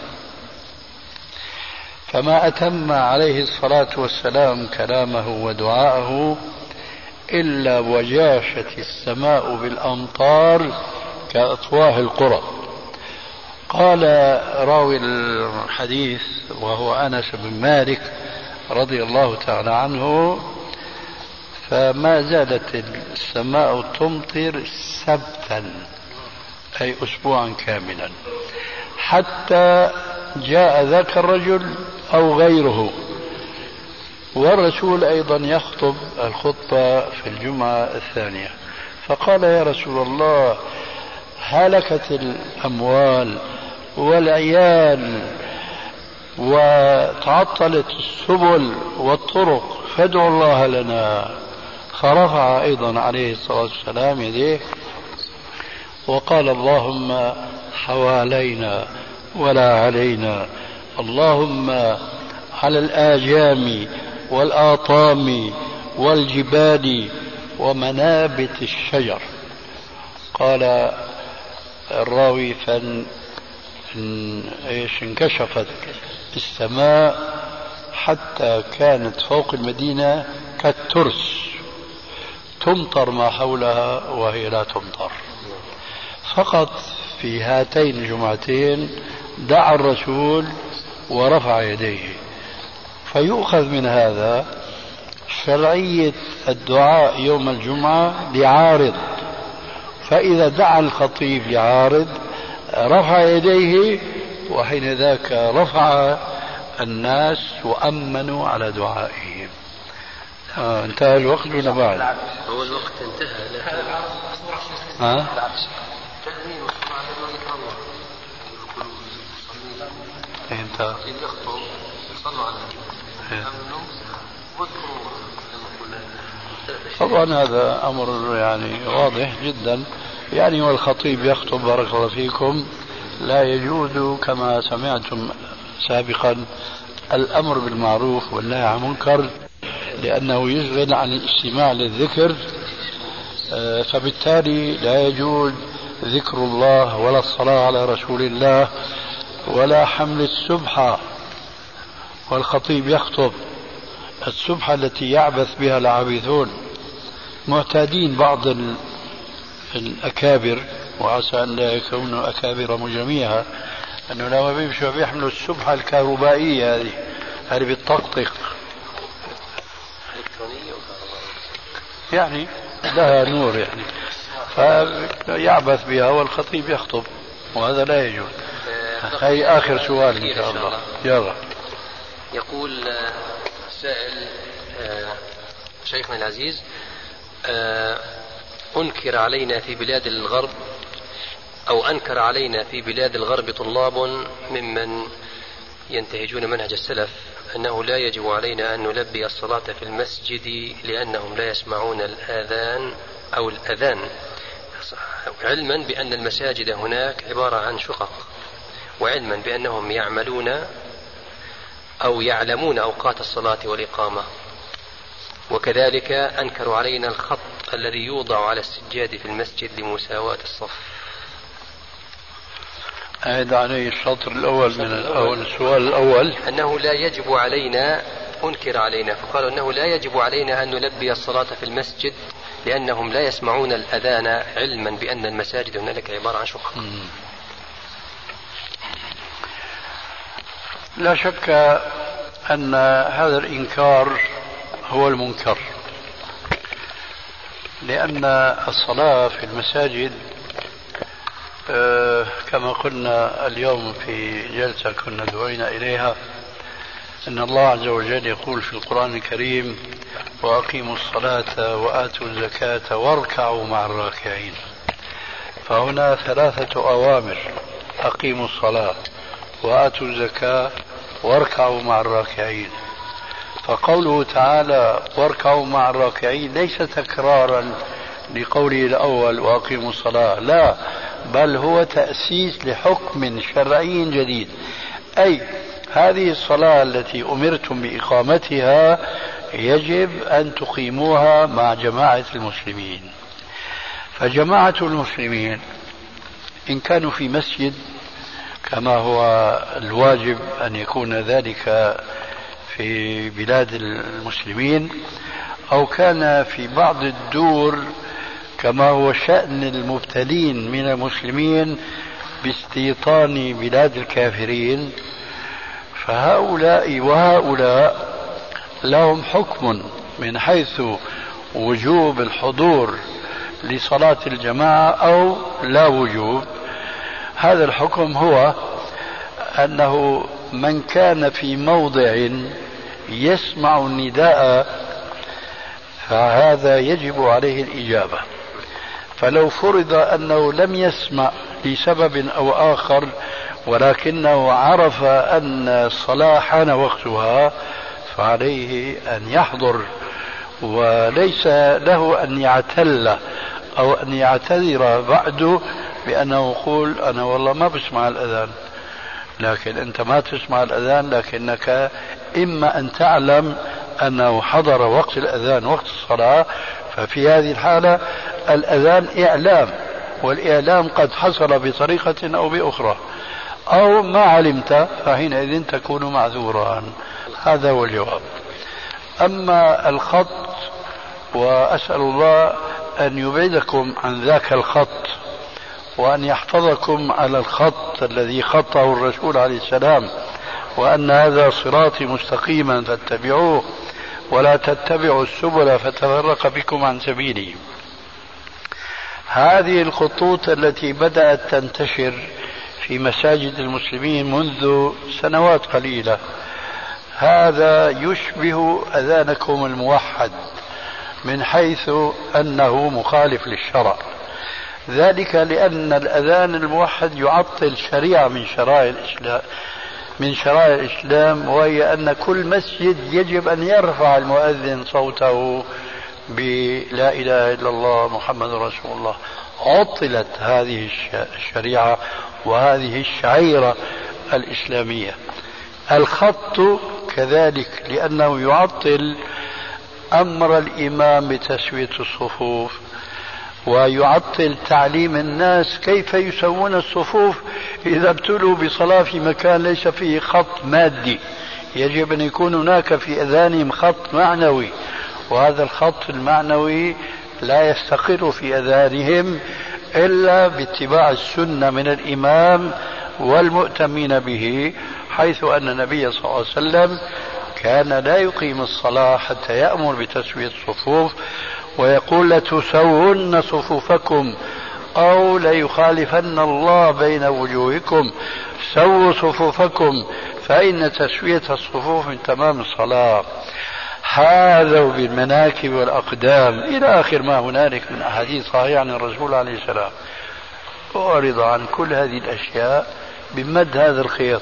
فما أتم عليه الصلاة والسلام كلامه ودعاءه إلا وجاشت السماء بالأمطار كأفواه القرى. قال راوي الحديث وهو أنس بن مالك رضي الله تعالى عنه: فما زالت السماء تمطر سبتا، أي أسبوعا كاملا، حتى جاء ذاك الرجل أو غيره، والرسول أيضا يخطب الخطبة في الجمعة الثانية، فقال: يا رسول الله، هلكت الأموال والعيال وتعطلت السبل والطرق فادعوا الله لنا. فرفع أيضا عليه الصلاة والسلام يديه وقال: اللهم حوالينا ولا علينا، اللهم على الآجام والآطام والجبال ومنابت الشجر. قال الراوي: انكشفت السماء حتى كانت فوق المدينة كالترس، تمطر ما حولها وهي لا تمطر. فقط في هاتين الجمعتين دعا الرسول ورفع يديه. فيؤخذ من هذا شرعية الدعاء يوم الجمعة لعارض، فإذا دعا الخطيب لعارض رفع يديه، وحين ذاك رفع الناس وأمنوا على دعائهم. انتهى الوقت ولا بعد؟ هو الوقت انتهى لكن انتهى. طبعا هذا أمر يعني واضح جدا، يعني والخطيب يخطب بارك الله فيكم لا يجوز كما سمعتم سابقا الأمر بالمعروف والنهي عن المنكر، لأنه يشغل عن الاستماع للذكر، فبالتالي لا يجوز ذكر الله ولا الصلاة على رسول الله ولا حمل السبحة. والخطيب يخطب السبحة التي يعبث بها العابثون، معتادين بعض الأكابر، وعسى أن لا يكونوا أكابر مجميعها، أنه لما بيمشوا بيحملوا السبحة الكهربائية هذه بالطقطق، يعني لها نور يعني، فيعبث بها والخطيب يخطب، وهذا لا يجوز. هي آخر سؤال إن شاء الله. يلا. يقول سائل: شيخنا العزيز، أنكر علينا في بلاد الغرب أو أنكر علينا في بلاد الغرب طلاب ممن ينتهجون منهج السلف أنه لا يجب علينا أن نلبي الصلاة في المسجد لأنهم لا يسمعون الآذان أو الأذان، علما بأن المساجد هناك عبارة عن شقق، وعلما بأنهم يعملون أو يعلمون أوقات الصلاة والإقامة. وكذلك أنكروا علينا الخط الذي يوضع على السجاد في المسجد لمساواة الصف. أعد عليه الشطر الأول من السؤال الأول. أنه لا يجب علينا، أنكر علينا، فقالوا أنه لا يجب علينا أن نلبي الصلاة في المسجد لأنهم لا يسمعون الأذان، علما بأن المساجد هنالك عبارة عن شقق. لا شك أن هذا الإنكار هو المنكر، لأن الصلاة في المساجد كما قلنا اليوم في جلسة كنا دعينا إليها، أن الله عز وجل يقول في القرآن الكريم: وأقيموا الصلاة وآتوا الزكاة واركعوا مع الراكعين. فهنا ثلاثة أوامر: أقيموا الصلاة وآتوا الزكاة واركعوا مع الراكعين. فقوله تعالى واركعوا مع الراكعين ليس تكرارا لقوله الأول وأقيموا الصلاة، لا، بل هو تأسيس لحكم شرعي جديد، أي هذه الصلاة التي أمرتم بإقامتها يجب أن تقيموها مع جماعة المسلمين. فجماعة المسلمين إن كانوا في مسجد كما هو الواجب أن يكون ذلك في بلاد المسلمين، أو كان في بعض الدور كما هو شأن المبتلين من المسلمين باستيطان بلاد الكافرين، فهؤلاء وهؤلاء لهم حكم من حيث وجوب الحضور لصلاة الجماعة أو لا وجوب. هذا الحكم هو أنه من كان في موضع يسمع النداء فهذا يجب عليه الإجابة. فلو فرض أنه لم يسمع لسبب أو آخر ولكنه عرف أن الصلاة حان وقتها فعليه أن يحضر، وليس له أن يعتل أو أن يعتذر بعده بأنه يقول أنا والله ما بسمع الأذان. لكن أنت ما تسمع الأذان، لكنك إما أن تعلم أنه حضر وقت الأذان وقت الصلاة، ففي هذه الحالة الأذان إعلام، والإعلام قد حصل بطريقة أو بأخرى، أو ما علمت فحينئذ تكون معذورا. هذا هو الجواب. أما الخط، وأسأل الله أن يبعدكم عن ذاك الخط وأن يحفظكم على الخط الذي خطه الرسول عليه السلام، وأن هذا صراطي مستقيما فاتبعوه ولا تتبعوا السبل فتفرق بكم عن سبيله. هذه الخطوط التي بدأت تنتشر في مساجد المسلمين منذ سنوات قليلة، هذا يشبه أذانكم الموحد من حيث أنه مخالف للشرع. ذلك لأن الأذان الموحد يعطل شريعة من شرائع الإسلام، وهي أن كل مسجد يجب أن يرفع المؤذن صوته بلا إله إلا الله محمد رسول الله. عطلت هذه الشريعة وهذه الشعيرة الإسلامية. الخط كذلك لأنه يعطل أمر الإمام بتسوية الصفوف، ويعطل تعليم الناس كيف يسوون الصفوف إذا ابتلوا بصلاة في مكان ليس فيه خط مادي. يجب أن يكون هناك في أذانهم خط معنوي، وهذا الخط المعنوي لا يستقر في أذانهم إلا باتباع السنة من الإمام والمؤتمين به، حيث أن النبي صلى الله عليه وسلم كان لا يقيم الصلاة حتى يأمر بتسوية الصفوف ويقول لتسوون صفوفكم أو ليخالفن الله بين وجوهكم، سووا صفوفكم فإن تسوية الصفوف من تمام الصلاة. هذا بالمناكب والأقدام إلى آخر ما هنالك من أحاديث صحيحة عن الرسول عليه السلام. أعرض عن كل هذه الأشياء بمد هذا الخيط.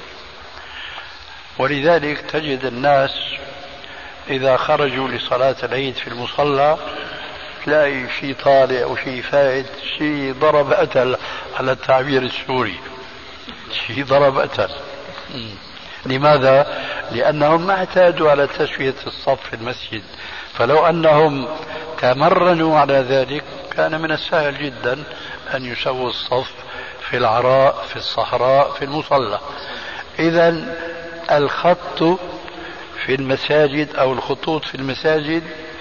ولذلك تجد الناس إذا خرجوا لصلاة العيد في المصلى تلاقي شيء طالع وشيء فائت، شيء ضرب أتل على التعبير السوري، شيء ضرب أتل. لماذا؟ لأنهم ما اعتادوا على تسوية الصف في المسجد، فلو أنهم تمرنوا على ذلك كان من السهل جدا أن يسووا الصف في العراء في الصحراء في المصلى. إذن الخط في المساجد أو الخطوط في المساجد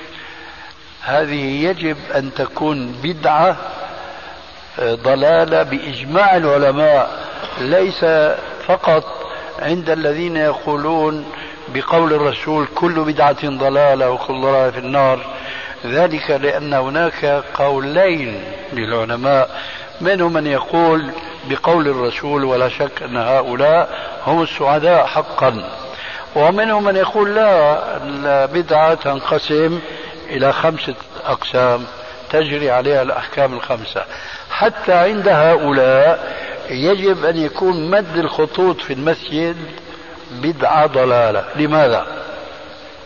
هذه يجب أن تكون بدعة ضلالة بإجماع العلماء، ليس فقط عند الذين يقولون بقول الرسول كل بدعة ضلالة وكل ضلالة في النار. ذلك لأن هناك قولين للعلماء، منهم من يقول بقول الرسول ولا شك أن هؤلاء هم السعداء حقا، ومنهم من يقول لا، البدعة تنقسم إلى 5 أقسام تجري عليها الأحكام ال5. حتى عند هؤلاء يجب أن يكون مد الخطوط في المسجد بدعة ضلالة. لماذا؟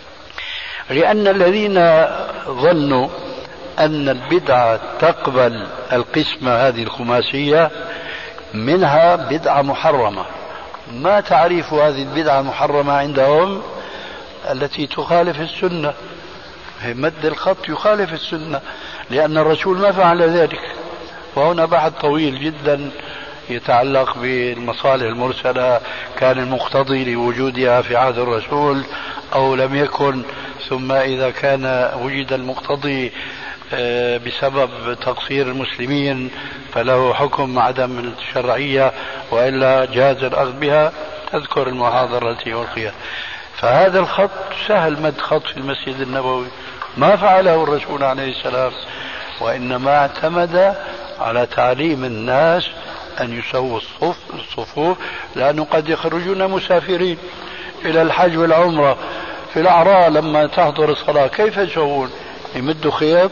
لأن الذين ظنوا أن البدعة تقبل القسمة هذه الخماسية منها بدعة محرمة. ما تعريف هذه البدعة المحرمة عندهم؟ التي تخالف السنة، مد الخط يخالف السنة، لأن الرسول ما فعل ذلك. وهنا بحث طويل جدا يتعلق بالمصالح المرسلة، كان المقتضي لوجودها في عهد الرسول أو لم يكن، ثم إذا كان وجد المقتضي بسبب تقصير المسلمين فله حكم عدم الشرعية وإلا جاز الأخذ بها. تذكر المحاضرة التي ألقيت. فهذا الخط سهل مد خط في المسجد النبوي، ما فعله الرسول عليه السلام، وإنما اعتمد على تعليم الناس أن يسووا الصفوف، لأنه قد يخرجون مسافرين إلى الحج والعمرة. في الأعراء لما تحضر الصلاة كيف يسوون؟ يمدوا خيط،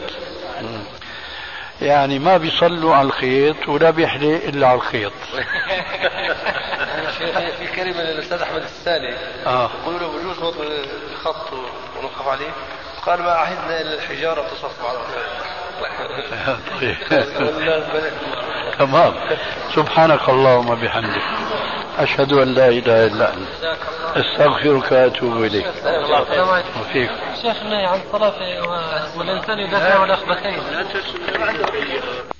يعني ما بيصلوا على الخيط ولا بيحلي إلا على الخيط. في كلمة للأستاذ أحمد السالي يقولوا له بجوز وضع خط ونوقف عليه، قال ما عهدنا إلا الحجارة تصف على تمام. سبحانك اللهم بحمدك، أشهد أن لا إله إلا أنت، أستغفرك وأتوب إليك. وفيك شيخنا عن صلاة والإنسان يدافع عن الأخبثين.